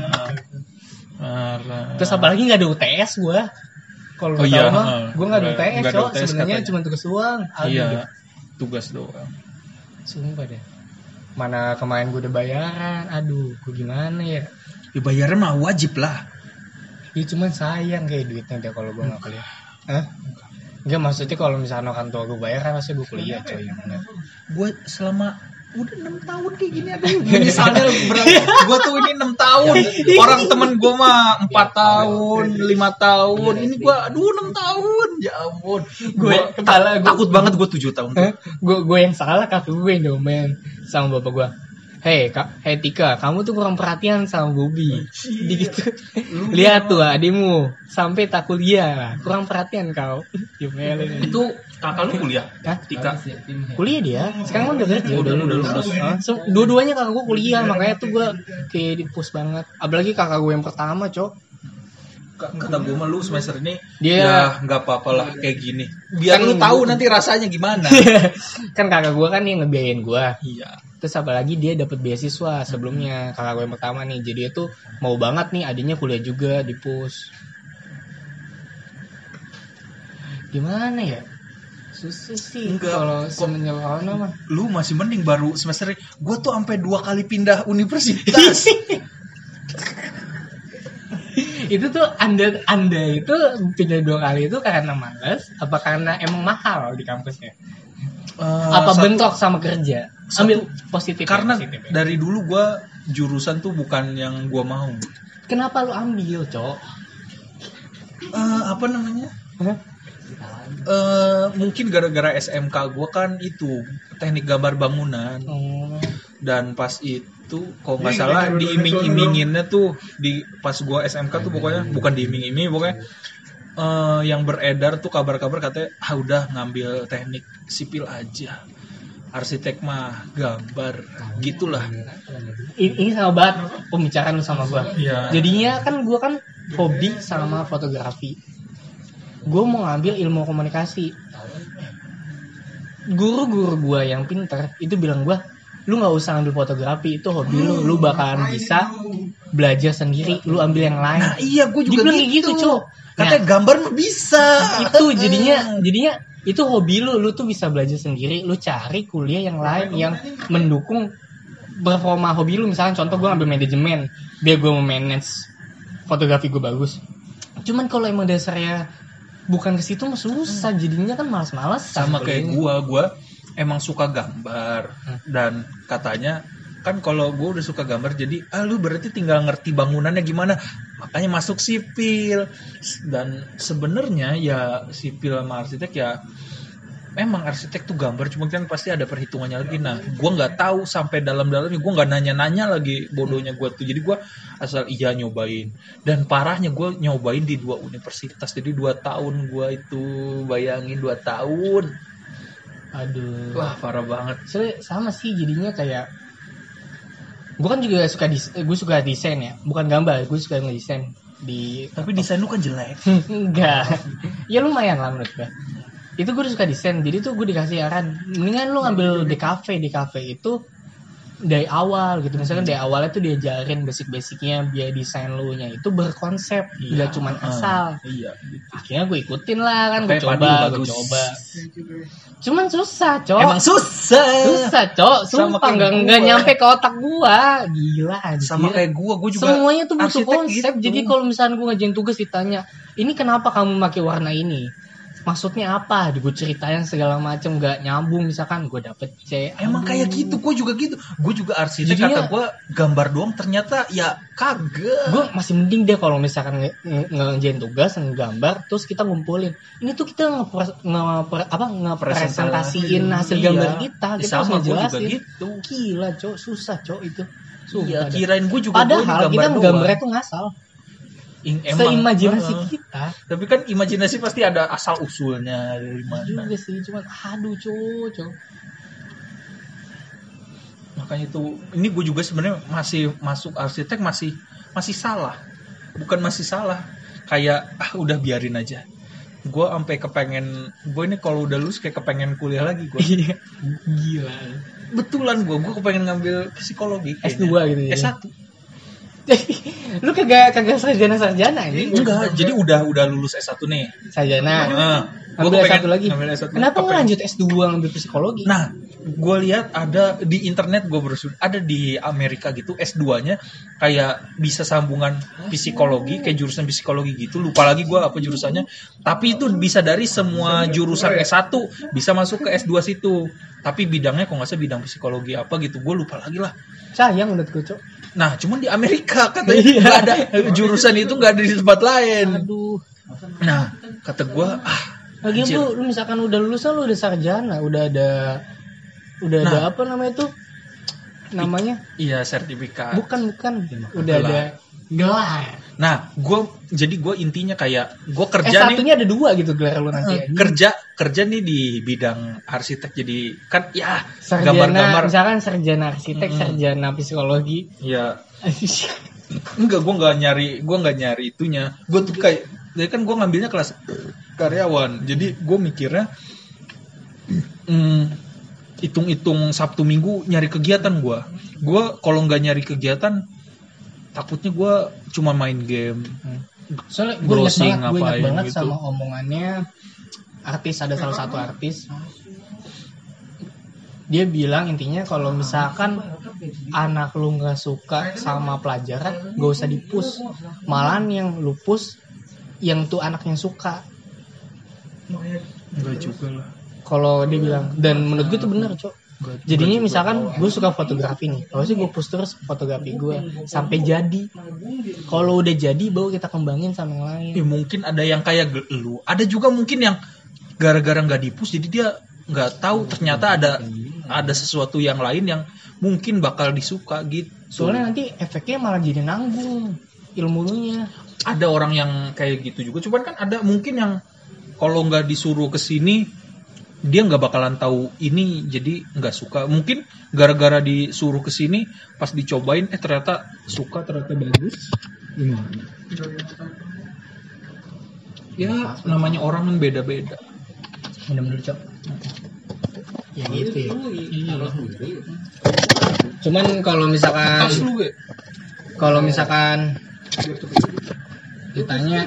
Speaker 2: Terus apalagi nggak ada UTS gue. Kalau gue nggak ada UTS, sebenarnya cuma tugas doang.
Speaker 1: Iya, tugas doang.
Speaker 2: Sumpah deh. Mana kemarin gue udah bayaran, gue gimana ya?
Speaker 1: Ya bayaran mah wajib lah.
Speaker 2: Ya cuman sayang kayak duitnya deh kalau gue nggak kuliah. Enggak, maksudnya kalau misalnya kan tua gue bayar kan pasti gue kuliah coy.
Speaker 1: Gue selama udah 6 tahun kayak gini ada misalnya gue tuh ini 6 tahun orang temen gue mah 4 tahun 5 tahun ini gue 6 tahun ya ampun gue takut banget gue 7 tahun
Speaker 2: gue yang salah, kakak gue yang domain sama bapak gue. Hei Tika, kamu tuh kurang perhatian sama Bobby. Gitu. Lihat tuh adikmu sampai tak kuliah, kurang perhatian kau.
Speaker 1: Itu kakak lu kuliah?
Speaker 2: Hah?
Speaker 1: Tika
Speaker 2: Kuliah dia. Sekarang kan udah kerja, udah lulus. Dua-duanya kakak gue kuliah, makanya tuh gue kayak dipus banget. Apalagi kakak gue yang pertama, Cok.
Speaker 1: Kata gue mah lu semester ini
Speaker 2: dia
Speaker 1: ya nggak apa-apa lah kayak gini. Biar kan lu tahu nanti rasanya gimana.
Speaker 2: Kan kakak gue kan yang ngebiayain gue.
Speaker 1: Iya.
Speaker 2: Terus apalagi dia dapat beasiswa sebelumnya, kakak gue yang pertama nih. Jadi dia tuh mau banget nih adiknya kuliah juga di PUS. Gimana ya? Susah sih kalau semenjak corona mah.
Speaker 1: Lu masih mending baru semester ini. Gue tuh sampai 2 kali pindah universitas.
Speaker 2: Itu tuh anda itu pindah 2 kali itu karena malas apa karena emang mahal di kampusnya? Apa bentrok sama kerja? Ambil positif.
Speaker 1: Karena
Speaker 2: positif, ya.
Speaker 1: dari dulu gue jurusan tuh bukan yang gue mau.
Speaker 2: Kenapa lu ambil, Cok?
Speaker 1: Apa namanya? Mungkin gara-gara SMK gue kan itu teknik gambar bangunan. Dan pas itu kalau nggak salah diiming-iminginnya tuh di pas gue SMK tuh pokoknya bukan diiming-iming pokoknya yang beredar tuh kabar-kabar katanya udah ngambil teknik sipil aja, arsitek mah gambar gitulah.
Speaker 2: Ini sama banget pembicaraan lu sama gue.
Speaker 1: Ya.
Speaker 2: Jadinya kan gue kan hobi sama fotografi. Gue mau ngambil ilmu komunikasi. Guru-guru gue yang pinter itu bilang gue, lu nggak usah ambil fotografi, itu hobi lu bakalan bisa belajar sendiri, lu ambil yang lain.
Speaker 1: Nah iya, gue juga
Speaker 2: gitu, Cok.
Speaker 1: Katanya gambar mah bisa.
Speaker 2: Itu jadinya itu hobi lu tuh bisa belajar sendiri, lu cari kuliah yang lain yang mendukung performa hobi lu. Misalnya contoh gue ambil manajemen, biar gue manage fotografi gue bagus. Cuman kalau emang dasarnya bukan ke situ mah susah, jadinya kan malas-malas.
Speaker 1: Sama kayak gue emang suka gambar dan katanya kan kalau gue udah suka gambar jadi lu berarti tinggal ngerti bangunannya gimana, makanya masuk sipil. Dan sebenarnya ya sipil sama arsitek ya memang arsitek tuh gambar cuma kan pasti ada perhitungannya lagi. Nah gue nggak tahu sampai dalam-dalamnya, gue nggak nanya-nanya lagi, bodohnya gue tuh. Jadi gue asal iya nyobain, dan parahnya gue nyobain di 2 universitas. Jadi 2 tahun gue itu, bayangin 2 tahun.
Speaker 2: Aduh,
Speaker 1: wah parah banget.
Speaker 2: Soalnya sama sih jadinya kayak gue kan juga suka desain ya, bukan gambar, gue suka ngedesain di. Tapi
Speaker 1: desain lu kan jelek.
Speaker 2: Enggak, ya lumayan lah menurut gue. Itu gue suka desain, jadi tuh gue dikasih saran, mendingan lu ngambil DKV itu dari awal gitu. Misalkan dari awalnya tuh diajarin basic-basicnya biar desain lu nya itu berkonsep, nggak cuman asal.
Speaker 1: Iya.
Speaker 2: Akhirnya gue ikutin lah kan, gue coba. Cuman susah, Cok.
Speaker 1: Emang susah,
Speaker 2: Cok. Sumpah nggak nyampe ke otak gua. Gila anjir.
Speaker 1: Sama kayak gua juga.
Speaker 2: Semuanya tuh butuh konsep.
Speaker 1: Gitu.
Speaker 2: Jadi kalau misalnya gua ngerjain tugas ditanya, "Ini kenapa kamu pakai warna ini?" Maksudnya apa? Gue ceritain segala macam, nggak nyambung. Misalkan gue dapet C.
Speaker 1: Emang kayak gitu, gue juga gitu. Gue juga arsitek. Jadinya, kata gue gambar doang, ternyata ya kagak.
Speaker 2: Gue masih mending deh kalau misalkan ngerjain tugas, ngegambar, terus kita ngumpulin. Ini tuh kita ngepresentasiin hasil gambar kita. Kita harus ngejelasin.
Speaker 1: Gitu.
Speaker 2: Gila, Cok, susah, Cok itu.
Speaker 1: Iya, kirain gue juga.
Speaker 2: Padahal kita gambarnya tuh ngasal. Seimajinasi kita.
Speaker 1: Tapi kan imajinasi pasti ada asal usulnya dari mana.
Speaker 2: Juga sih, cuman aduh cocok.
Speaker 1: Makanya itu, ini gue juga sebenarnya masih masuk arsitek masih salah. Bukan masih salah, kayak udah biarin aja. Gue sampai kepengen, gue ini kalau udah lulus kayak kepengen kuliah lagi gue.
Speaker 2: Gila.
Speaker 1: Betulan gue kepengen ngambil psikologi
Speaker 2: kayaknya. S2 gitu ya.
Speaker 1: S1.
Speaker 2: Lu kagak sarjana ini.
Speaker 1: Enggak, jadi udah lulus S1 nih.
Speaker 2: Sarjana. Ambil S1 lagi. Kenapa nggak lanjut S2 ngambil psikologi?
Speaker 1: Nah, gue lihat ada di internet, ada di Amerika gitu S2-nya kayak bisa sambungan psikologi, kayak jurusan psikologi gitu. Lupa lagi gue apa jurusannya. Tapi itu bisa dari semua jurusan S1 bisa masuk ke S2 situ. Tapi bidangnya kok nggak salah bidang psikologi apa gitu. Gue lupa lagi lah.
Speaker 2: Sayang menurut gue, Cok.
Speaker 1: Nah, cuman di Amerika katanya nggak ada jurusan itu, nggak ada di tempat lain.
Speaker 2: Aduh.
Speaker 1: Nah, kata gue,
Speaker 2: lagi lu misalkan udah lulus, lu udah sarjana, udah ada apa namanya tuh? Namanya?
Speaker 1: Iya, sertifikat.
Speaker 2: Bukan. Udah ada gelar.
Speaker 1: Nah, gue intinya kayak gue kerja nih.
Speaker 2: S1-nya ada 2 gitu gelar lu nanti.
Speaker 1: Kerja nih di bidang arsitek, jadi kan ya
Speaker 2: sarjana,
Speaker 1: gambar-gambar.
Speaker 2: Misalkan sarjana arsitek, sarjana psikologi.
Speaker 1: Iya. Enggak, gue nggak nyari itunya. Gue tuh kayak, jadi kan gue ngambilnya kelas karyawan. Jadi gue mikirnya, hitung-hitung Sabtu Minggu nyari kegiatan gue. Gue kalau nggak nyari kegiatan, takutnya gue cuma main game.
Speaker 2: Soalnya gue ingat banget gitu. Sama omongannya artis, ada salah satu artis. Dia bilang intinya kalau misalkan anak lu nggak suka sama pelajaran, gak usah di-push. Malahan yang lu push yang tuh anak yang suka.
Speaker 1: Enggak juga lah.
Speaker 2: Kalau dia bilang, dan menurut gue itu benar, Cok. Jadinya misalkan gue suka fotografi nih, kalau sih gue push terus fotografi gue sampai jadi. Kalau udah jadi baru kita kembangin sama yang lain.
Speaker 1: Mungkin ada yang kayak lu, ada juga mungkin yang gara-gara nggak di-push jadi dia nggak tahu ternyata ada sesuatu yang lain yang mungkin bakal disuka gitu.
Speaker 2: Soalnya nanti efeknya malah jadi nanggung ilmunya.
Speaker 1: Ada orang yang kayak gitu juga, cuman kan ada mungkin yang kalau nggak disuruh ke sini dia nggak bakalan tahu ini, jadi nggak suka. Mungkin gara-gara disuruh ke sini pas dicobain ternyata suka, ternyata bagus. Gimana? Ya namanya orang kan beda-beda.
Speaker 2: Bener-bener, Cok. Ya gitu ya. Cuman kalau misalkan ditanya,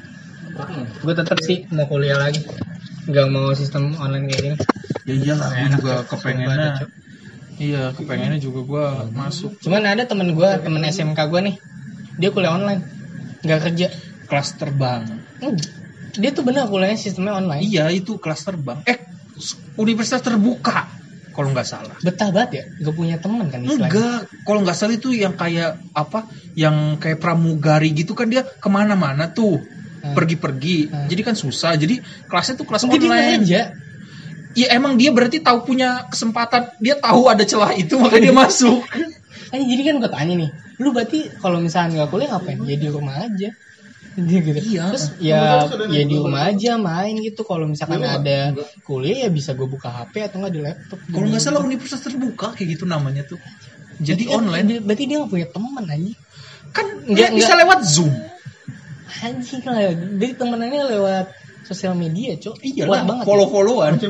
Speaker 2: gue tetap sih mau kuliah lagi. Nggak mau sistem online kayak gini.
Speaker 1: Ya iyalah, gue juga kepengennya. Iya, kepengennya juga gue masuk.
Speaker 2: Cuman ada temen SMK gue nih, dia kuliah online, nggak kerja.
Speaker 1: Kelas terbang.
Speaker 2: Dia tuh bener kuliahnya sistemnya online.
Speaker 1: Iya, itu kelas terbang. Universitas terbuka, kalau nggak salah.
Speaker 2: Betah banget ya, nggak punya teman kan istilahnya.
Speaker 1: Enggak, kalau nggak salah itu yang kayak apa, yang kayak pramugari gitu kan, dia kemana-mana tuh. Pergi-pergi, jadi kan susah. Jadi kelasnya tuh kelas online.
Speaker 2: Dia aja.
Speaker 1: Ya emang dia berarti tahu punya kesempatan, dia tahu ada celah itu makanya dia masuk.
Speaker 2: Jadi kan gue tanya nih, lu berarti kalau misalnya nggak kuliah ngapain? Ya di rumah aja. Dia gitu.
Speaker 1: Iya.
Speaker 2: Terus ya di rumah aja main gitu. Kalau misalkan ada kuliah ya bisa gue buka HP atau nggak di laptop.
Speaker 1: Kalau nggak salah universitas terbuka kayak gitu namanya tuh. Jadi online.
Speaker 2: Berarti dia nggak punya teman aja.
Speaker 1: Kan dia bisa lewat Zoom.
Speaker 2: Anjing lah, jadi temenannya lewat sosial media, Cok.
Speaker 1: Iya lah, follow-followan.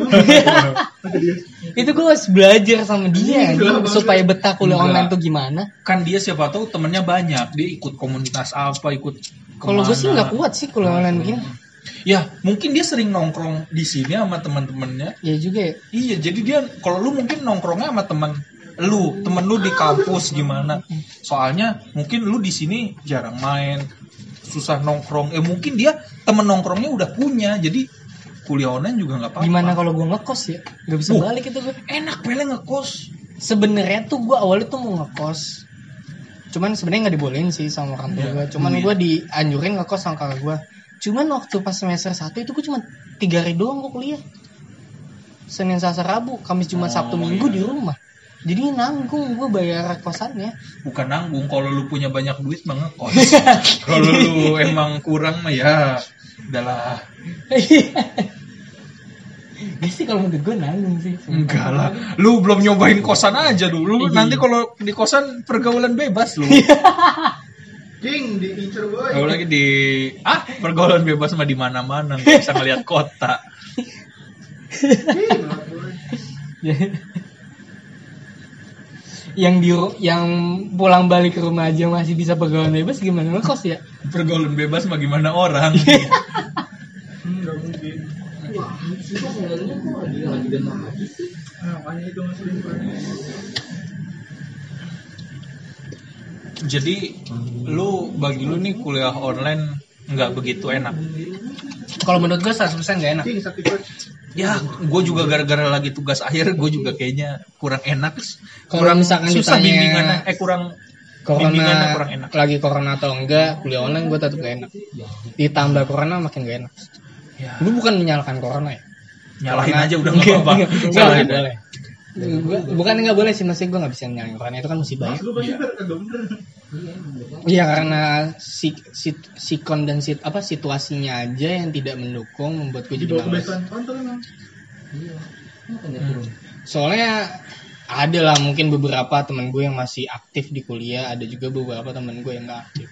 Speaker 2: Itu gue harus belajar sama dia supaya betah kuliah online tuh gimana.
Speaker 1: Kan dia siapa tahu temennya banyak, dia ikut komunitas apa, ikut kemana.
Speaker 2: Kalau gue sih nggak kuat sih kuliah online begini.
Speaker 1: Ya mungkin dia sering nongkrong di sini sama teman-temannya.
Speaker 2: Iya juga ya.
Speaker 1: Iya, jadi dia kalau lu mungkin nongkrongnya sama temen lu di kampus gimana. Soalnya mungkin lu di sini jarang main, susah nongkrong. Mungkin dia temen nongkrongnya udah punya, jadi kuliah online juga nggak apa-apa.
Speaker 2: Gimana kalau gue ngekos ya? Gak bisa balik itu gue.
Speaker 1: Enak pele ngekos.
Speaker 2: Sebenarnya tuh gue awalnya tuh mau ngekos, cuman sebenarnya nggak dibolehin sih sama orang tua gue. Cuman gue dianjurin ngekos sama kakak gue. Cuman waktu pas semester 1 itu gue cuma 3 hari doang gue kuliah. Senin, Selasa, Rabu, Kamis, Jumat, Sabtu, Minggu di rumah. Jadi nanggung gue bayar kosannya.
Speaker 1: Bukan nanggung, kalau lu punya banyak duit mah ngekos. Kalau lu emang kurang mah ya udahlah.
Speaker 2: Ya sih kalau menurut gue nanggung sih.
Speaker 1: Enggak lah, lu belum nyobain kosan aja dulu. Nanti kalau di kosan pergaulan bebas lu.
Speaker 3: King diincer boy.
Speaker 1: Kalau lagi pergaulan bebas mah di mana-mana, nggak bisa ngeliat kota.
Speaker 2: yang pulang balik ke rumah aja masih bisa pergaulan bebas, gimana ngekos ya?
Speaker 1: Pergaulan bebas bagaimana orang?
Speaker 3: Nggak mungkin.
Speaker 4: Wah, itu sebenarnya kok lagi dan lagi sih.
Speaker 3: Makanya itu masih lingkungan.
Speaker 1: Jadi bagi lu nih kuliah online nggak begitu enak.
Speaker 2: Kalau menurut gue 100% nggak enak.
Speaker 1: Ya, gue juga gara-gara lagi tugas akhir, gue juga kayaknya kurang enak.
Speaker 2: Kalau misalkan
Speaker 1: susah
Speaker 2: ditanya
Speaker 1: bimbingannya, bimbingannya kurang enak.
Speaker 2: Lagi corona atau enggak, kuliah online gue tetap gak enak. Ditambah corona makin gak enak.
Speaker 1: Ya.
Speaker 2: Gue bukan menyalahkan corona ya.
Speaker 1: Nyalahin aja udah nggak apa-apa.
Speaker 2: Nggak boleh. Bukan nggak boleh sih, maksudnya gue nggak bisa nyalahin corona, itu kan musibah ya.
Speaker 3: Lu pasti kagak bener.
Speaker 2: Iya, karena sikon dan situasinya aja yang tidak mendukung membuat gue jadi
Speaker 3: Dibawa
Speaker 2: malas.
Speaker 3: kebiasaan kantor emang.
Speaker 2: Soalnya ada lah mungkin beberapa teman gue yang masih aktif di kuliah, ada juga beberapa teman gue yang nggak aktif.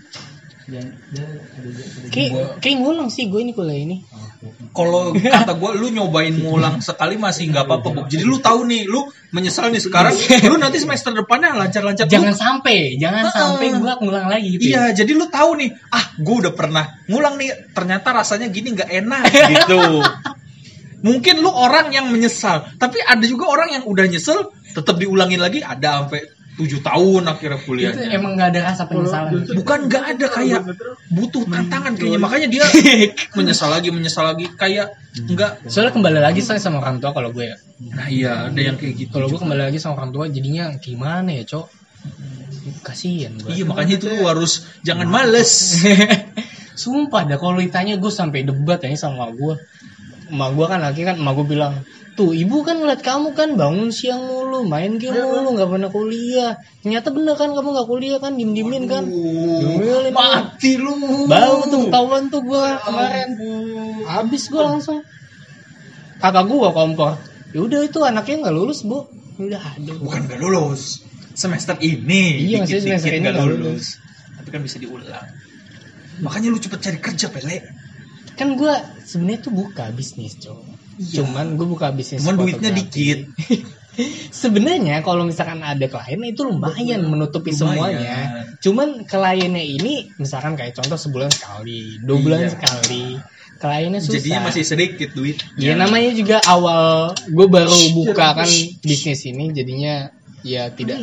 Speaker 2: Kayak ngulang sih gue ini kuliah ini.
Speaker 1: Kalau kata gue, lu nyobain ngulang sekali masih nggak apa-apa, Bob. Jadi lu tahu nih, lu menyesal nih sekarang, lu nanti semester depannya lancar-lancar.
Speaker 2: Jangan sampai gue ngulang lagi gitu.
Speaker 1: Iya, jadi lu tahu nih, gue udah pernah ngulang nih, ternyata rasanya gini nggak enak gitu. Mungkin lu orang yang menyesal, tapi ada juga orang yang udah nyesel, tetap diulangin lagi, ada sampai 7 tahun akhirnya kuliahnya.
Speaker 2: Itu emang nggak ada rasa penyesalan.
Speaker 1: Bukan nggak ada, kayak butuh tantangan kayaknya, makanya dia menyesal lagi kayak nggak.
Speaker 2: Soalnya kembali lagi sama orang tua kalau gue ya.
Speaker 1: Nah iya, ada yang kayak gitu.
Speaker 2: Kalau gue kembali lagi sama orang tua, jadinya gimana ya, Cok? Kasian gue.
Speaker 1: Iya, makanya itu lu harus jangan males.
Speaker 2: Sumpah dah, kalau ditanya gue sampai debat ya sama gue. Emak gue kan laki kan, emak gue bilang, tuh ibu kan ngeliat kamu kan bangun siang mulu, main game mulu, nggak pernah kuliah. Ternyata bener kan kamu nggak kuliah kan, diem-diemin kan.
Speaker 1: Mati lu.
Speaker 2: Baru tuh ketahuan tuh gue kemarin. Habis gue langsung. Kakak gue kompor. Ya udah itu anaknya nggak lulus, Bu. Udah ada.
Speaker 1: Bukan nggak lulus. Semester ini.
Speaker 2: Iya, maksudnya semester ini nggak lulus.
Speaker 1: Tapi kan bisa diulang. Makanya lu cepet cari kerja, Pele.
Speaker 2: Kan gue sebenarnya tuh buka bisnis, Cok.
Speaker 1: Iya.
Speaker 2: Cuman gue buka bisnis.
Speaker 1: Cuman duitnya dikit.
Speaker 2: Sebenarnya kalau misalkan ada klien itu lumayan menutupi semuanya. Cuman kliennya ini misalkan kayak contoh sebulan sekali, 2 bulan sekali. Kliennya susah.
Speaker 1: Jadinya masih sedikit duit.
Speaker 2: Ya namanya juga awal gue baru buka kan bisnis ini, jadinya ya tidak.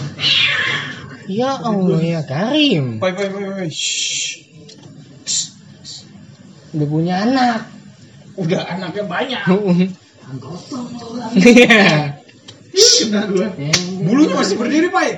Speaker 2: Ya Allah ya Karim.
Speaker 1: Pai.
Speaker 2: Udah punya anak.
Speaker 1: Udah anaknya banyak.
Speaker 2: Iya.
Speaker 3: Kena gue.
Speaker 1: Bulunya masih berdiri, Pai.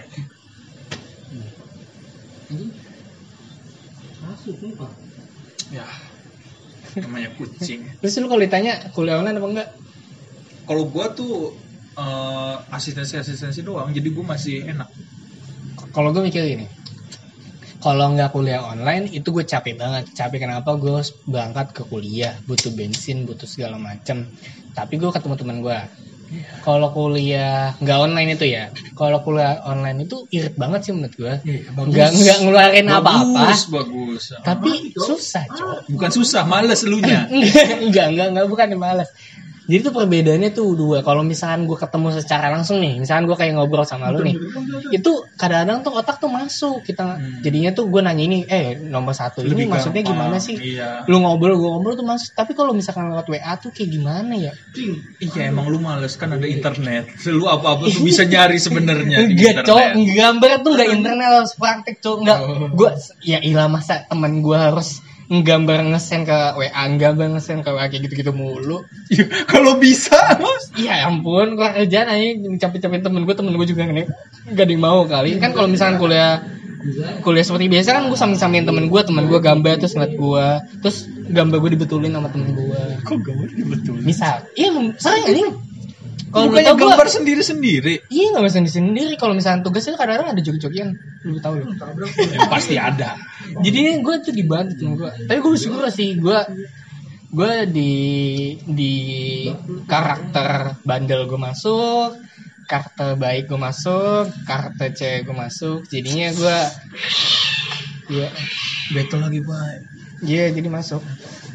Speaker 1: Ya. Namanya kucing.
Speaker 2: Terus lu kalau ditanya kuliah online apa enggak?
Speaker 1: Kalau gua tuh asistensi doang, jadi gua masih enak.
Speaker 2: Kalau gue mikir gini, kalau nggak kuliah online itu gue capek banget. Capek kenapa? Gue harus berangkat ke kuliah, butuh bensin, butuh segala macam. Tapi gue ketemu teman gue. Kalau kuliah nggak online itu ya, kalau kuliah online itu irit banget sih menurut gue. Nggak ngeluarin apa-apa.
Speaker 1: Bagus.
Speaker 2: Tapi susah, Cok.
Speaker 1: Bukan susah, males elunya.
Speaker 2: Enggak, bukan malas. Jadi tuh perbedaannya tuh dua. Kalau misalkan gue ketemu secara langsung nih, misalkan gue kayak ngobrol sama lu nih, itu kadang-kadang tuh otak tuh masuk. Kita jadinya tuh gue nanya ini, nomor 1 ini
Speaker 1: Lebih
Speaker 2: maksudnya
Speaker 1: gampang,
Speaker 2: gimana sih?
Speaker 1: iya.
Speaker 2: Lu ngobrol, gue ngobrol tuh masuk. Tapi kalau misalkan lewat WA tuh kayak gimana ya?
Speaker 1: Iya, emang lu males kan ada internet. Lu apa-apa tuh bisa nyari sebenarnya di
Speaker 2: Enggak, Cok.
Speaker 1: internet.
Speaker 2: Gambar tuh enggak internet, harus praktek, Cok. Enggak. Gue ya ilah masa temen gue harus nggambar ngesen ke WA, nggambar ngesen ke WA kayak gitu-gitu mulu.
Speaker 1: Ya, kalau bisa, Mas.
Speaker 2: Iya ampun, kurang kerjaan aja capek-capek temen gue juga gak ada yang mau kali. Kan kalau misalkan kuliah seperti biasa kan gue sambil-sambilin temen gue gambar terus ngeliat gue, terus gambar gue dibetulin sama temen gue.
Speaker 1: Kok gambar dibetulin?
Speaker 2: Misal, iya sering aja. Kalau
Speaker 1: bukannya gambar sendiri-sendiri.
Speaker 2: Iya nggak bisa sendiri. Kalau misalkan tugasnya kadang-kadang ada joki-jokian, lu tahu loh.
Speaker 1: Ya, pasti ada.
Speaker 2: Jadi gue tuh dibantu temen gue. Tapi gue bersyukur sih gue di karakter bandel gue masuk, karakter baik gue masuk, karakter cewek gue masuk. Jadinya gue ya
Speaker 1: betul lagi, Pak.
Speaker 2: iya jadi masuk.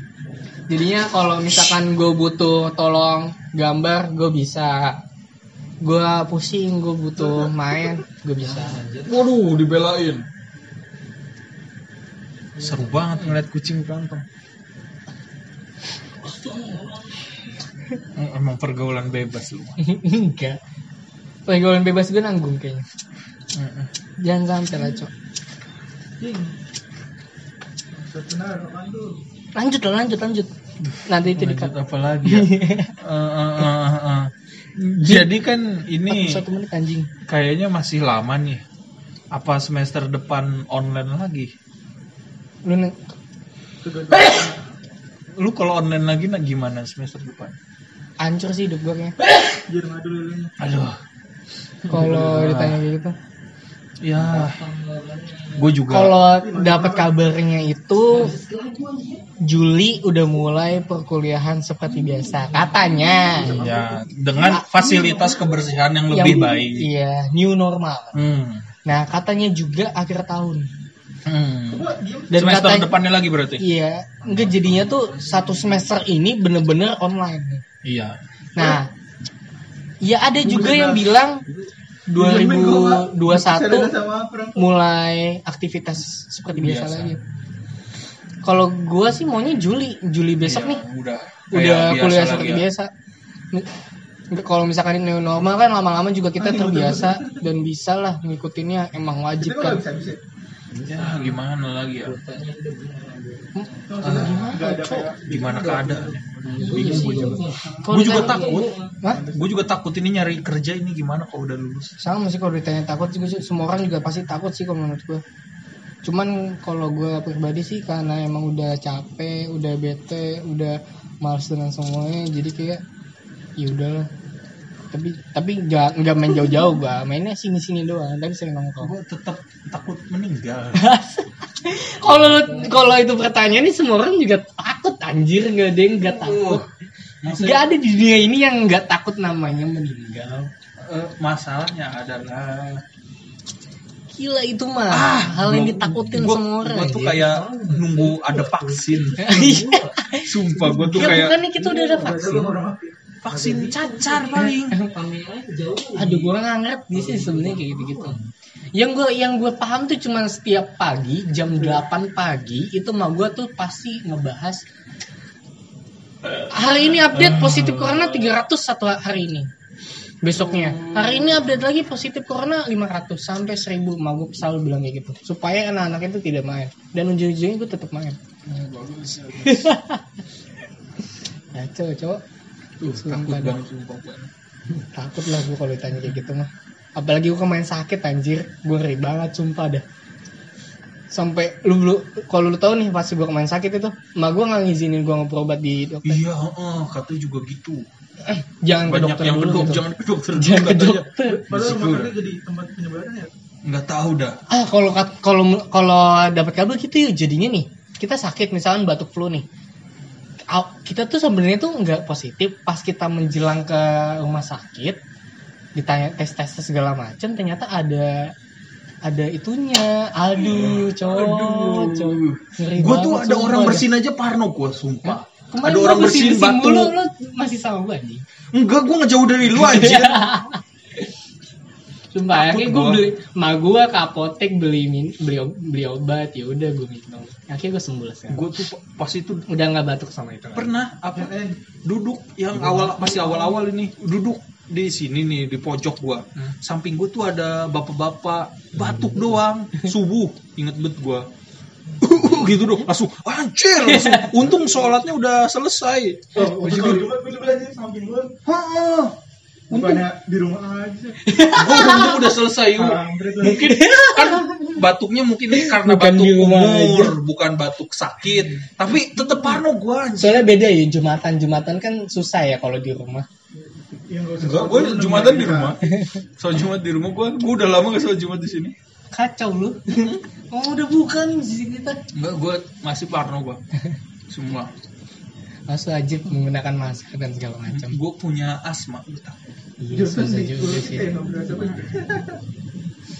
Speaker 2: Jadinya kalau misalkan gue butuh tolong gambar, gue bisa. gue pusing, gue butuh main, gue bisa.
Speaker 1: Waduh, dibelain. Seru banget ngeliat kucing berantem. Emang pergaulan bebas lu.
Speaker 2: Enggak. Pergaulan bebas gue nanggung kayaknya. Jangan sampai lah, Cok. Lanjut. Nanti itu
Speaker 1: lanjut apa lagi ya? Jadi kan ini
Speaker 2: 1 menit anjing.
Speaker 1: kayaknya masih lama nih. Apa semester depan online lagi? Lu kalau online lagi gimana semester depan?
Speaker 2: Hancur sih hidup gue kayaknya.
Speaker 1: Aduh.
Speaker 2: Kalau ditanya kayak gitu.
Speaker 1: Ya. Gue juga.
Speaker 2: Kalau dapat kabarnya itu Juli udah mulai perkuliahan seperti biasa katanya.
Speaker 1: Ya, dengan fasilitas kebersihan yang lebih baik.
Speaker 2: Iya, new normal. Nah, katanya juga akhir tahun.
Speaker 1: Dan semester depannya lagi berarti?
Speaker 2: Iya, enggak jadinya tuh 1 semester ini bener-bener online.
Speaker 1: Iya.
Speaker 2: Nah, ya ada juga yang bilang 2021 mulai aktivitas seperti biasa lagi. Kalau gue sih maunya Juli besok nih. Udah kuliah seperti biasa. Kalau misalkan ini normal kan lama-lama juga kita terbiasa dan bisa lah ngikutinnya, emang wajib kan.
Speaker 1: Ya gimana lagi ya? Gimana keadaannya? Bingung gue juga. Gue juga takut. Gue juga takut ini nyari kerja ini gimana kalau udah lulus.
Speaker 2: Sama sih kalau ditanya takut juga sih. Semua orang juga pasti takut sih kalau menurut gue. Cuman kalau gue pribadi sih karena emang udah capek, udah bete, udah malas dengan semuanya, jadi kayak ya udahlah. Tapi nggak main jauh-jauh, gue mainnya sini doang, tapi sering nongkrong.
Speaker 1: Gue tetap takut meninggal.
Speaker 2: Kalau itu pertanyaan ini semua orang juga takut anjir, nggak ada yang nggak takut. Nggak ada di dunia ini yang nggak takut namanya meninggal.
Speaker 1: Masalahnya adalah
Speaker 2: gila itu mah hal yang ditakutin semua orang.
Speaker 1: Gue tuh kayak nunggu ada vaksin. Sumpah gue tuh kayak.
Speaker 2: Bukannya kita udah ada vaksin.
Speaker 1: Vaksin cacar paling.
Speaker 2: Aduh gue nggak ngerti sih sebenarnya kayak gitu. Yang gue paham tuh cuma setiap pagi jam 8 pagi itu mah gue tuh pasti ngebahas hari ini update positif corona 300 satu hari ini. Besoknya hari ini update lagi positif corona 500 sampai 1000. Mah gue selalu bilang kayak gitu supaya anak-anak itu tidak main, dan ujung-ujungnya gue tetap main.
Speaker 1: Bagus.
Speaker 2: Ya cowok.
Speaker 1: Takut banget sumpah.
Speaker 2: Takut lah gue kalau ditanya kayak gitu mah. Apalagi gue kemarin sakit anjir, gue ngeri banget sumpah dah. Sampai lu kalau lu tahu nih pas gue kemarin sakit itu, emak gue nggak ngizinin gue berobat di dokter.
Speaker 1: Iya, katanya juga gitu.
Speaker 2: Jangan ke dokter
Speaker 1: yang
Speaker 2: dulu. Gitu.
Speaker 1: Jangan ke dokter.
Speaker 2: Jangan ke dokter.
Speaker 3: Padahal makanya jadi tempat penyebaran ya.
Speaker 1: Nggak tahu dah.
Speaker 2: Kalau dapat kabar gitu ya jadinya nih, kita sakit misalkan batuk flu nih. Kita tuh sebenarnya tuh nggak positif, pas kita menjelang ke rumah sakit ditanya tes segala macam, ternyata ada itunya. Aduh cowok.
Speaker 1: Gue tuh ada orang bersin aja parno gue sumpah.
Speaker 2: Kemarin
Speaker 1: ada orang bersin batuk.
Speaker 2: Lu masih sama gue anjing.
Speaker 1: Enggak, gue ngejauh dari lu aja.
Speaker 2: Sumpah, akhirnya gue beli, gue ke apotek beli obat, ya udah gue minum. Akhirnya gue sembuh sekarang.
Speaker 1: Gue tuh pas itu
Speaker 2: udah nggak batuk sama itu.
Speaker 1: Pernah duduk yang masih awal ini, duduk di sini nih di pojok gue. Samping gue tuh ada bapak-bapak batuk doang. Subuh, inget bet gue. Gitu dong, langsung anjir, untung sholatnya udah selesai.
Speaker 3: Gue juga belajar samping gue. Bukannya di rumah aja.
Speaker 1: Gue udah selesai. Mungkin kan batuknya karena
Speaker 2: bukan
Speaker 1: batuk
Speaker 2: umur,
Speaker 1: bukan batuk sakit. Tapi tetep parno gue.
Speaker 2: Soalnya beda ya, Jumatan kan susah ya kalau di rumah.
Speaker 1: Enggak, gue Jumatan di rumah. Soal Jumat di rumah gue udah lama gak soal Jumat di sini.
Speaker 2: Kacau lu. Udah bukan sih kita.
Speaker 1: Enggak, gue masih parno gue. Semua.
Speaker 2: Masih wajib menggunakan masker dan segala macam.
Speaker 1: Gue punya asma, lu tahu.
Speaker 2: Iya, susah juga sih.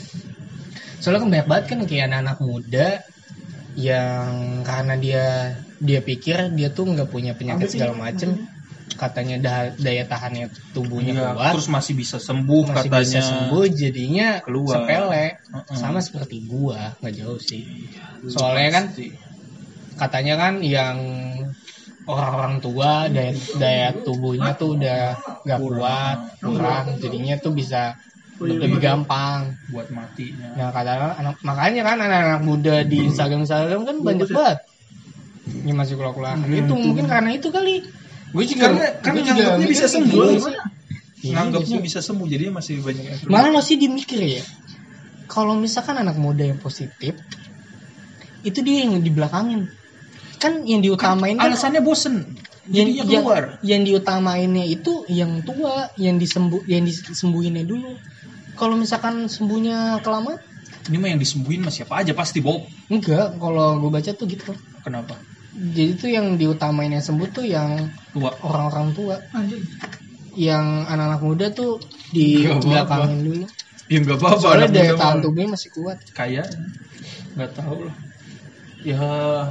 Speaker 2: Soalnya kan banyak banget kan kayak anak-anak muda yang karena dia dia pikir dia tuh nggak punya penyakit segala macem, katanya daya tahannya tubuhnya kuat,
Speaker 1: terus masih bisa sembuh,
Speaker 2: masih
Speaker 1: katanya
Speaker 2: bisa sembuh, jadinya
Speaker 1: keluar.
Speaker 2: sepele. Sama seperti gua, nggak jauh sih. Soalnya kan katanya kan yang orang-orang tua daya tubuhnya tuh udah nggak kuat, kurang, jadinya tuh bisa lebih gampang
Speaker 1: buat matinya.
Speaker 2: Nah makanya kan anak-anak muda di Instagram kan banyak banget ini masih kuliah itu mungkin karena itu kali. Gue juga
Speaker 1: karena nganggapnya bisa sembuh.
Speaker 2: Nganggapnya
Speaker 1: bisa sembuh, jadi masih banyak yang
Speaker 2: malah masih dimikir ya. Kalau misalkan anak muda yang positif, itu dia yang dibelakangin. Kan yang diutamain kan
Speaker 1: alasannya bosen.
Speaker 2: Yang diutamainnya itu yang tua, yang disembuhinnya dulu. Kalau misalkan sembuhnya kelamaan,
Speaker 1: ini mah yang disembuhin mah siapa aja pasti Bob.
Speaker 2: Enggak, kalau gue baca tuh gitu.
Speaker 1: Kenapa?
Speaker 2: Jadi tuh yang diutamain yang sembuh tuh yang
Speaker 1: tua,
Speaker 2: orang-orang tua. Yang anak-anak muda tuh di belakangin dulu.
Speaker 1: Ya nggak apa-apa.
Speaker 2: Soalnya daya tahan tubuhnya masih kuat.
Speaker 1: Kayak nggak tahu lah. Ya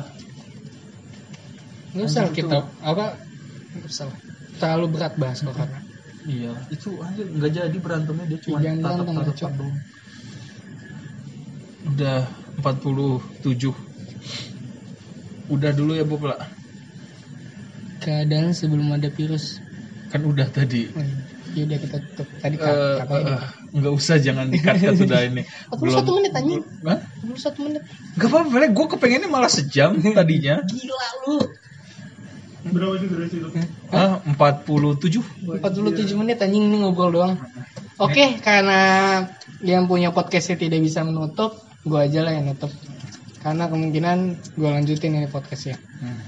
Speaker 2: nggak usah kita nggak usah terlalu berat bahas corona.
Speaker 1: Iya, itu aja nggak jadi berantemnya, dia cuma tatap-tatap doang. Udah 47. Udah dulu ya Bob lah.
Speaker 2: Keadaan sebelum ada virus.
Speaker 1: Kan udah tadi.
Speaker 2: Ya udah kita tutup. Tadi
Speaker 1: nggak usah, jangan di-cut udah ini.
Speaker 2: 41 menit anjing.
Speaker 1: Hah?
Speaker 2: 41 menit.
Speaker 1: Gak apa-apa, gue kepengennya malah sejam tadinya.
Speaker 2: Gila lu.
Speaker 3: Berapa sih durasi itu?
Speaker 1: 47
Speaker 2: menit anjing, ini ngobrol doang. Oke, karena yang punya podcastnya tidak bisa menutup, gue aja lah yang nutup. Karena kemungkinan gue lanjutin ini podcastnya.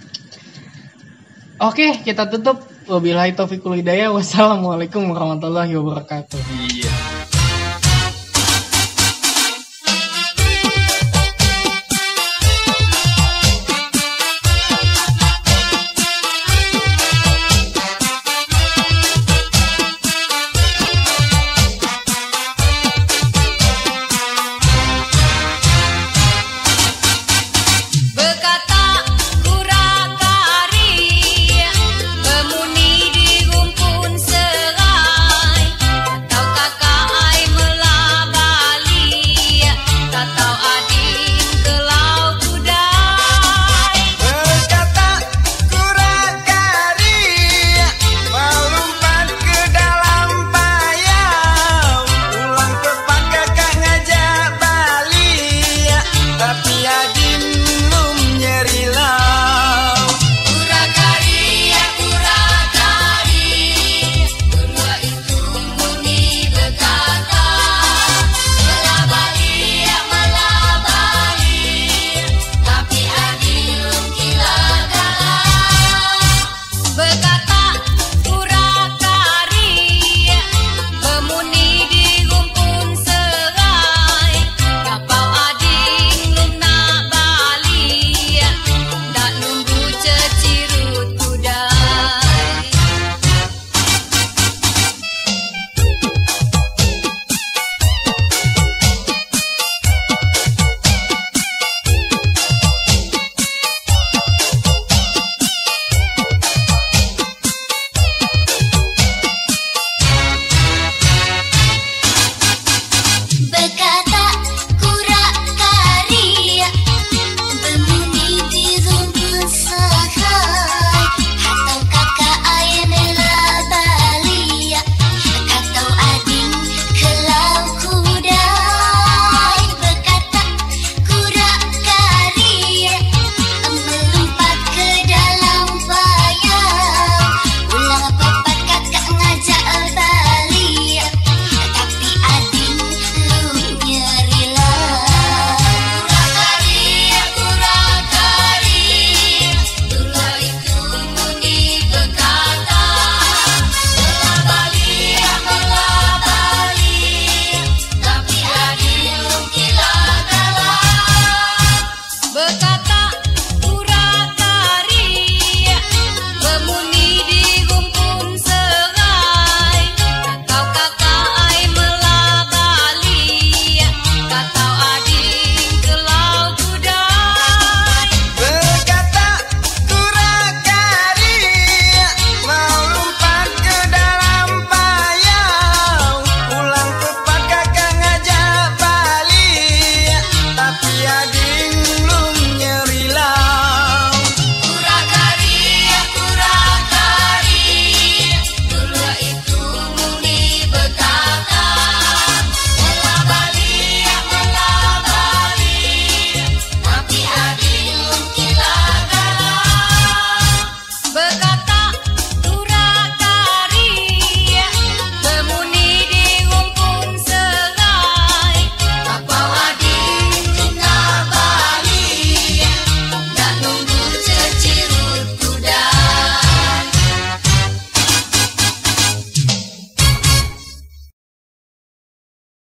Speaker 2: Oke, kita tutup. Wabillahi taufiq wal hidayah. Wassalamualaikum warahmatullahi wabarakatuh.
Speaker 1: Iya.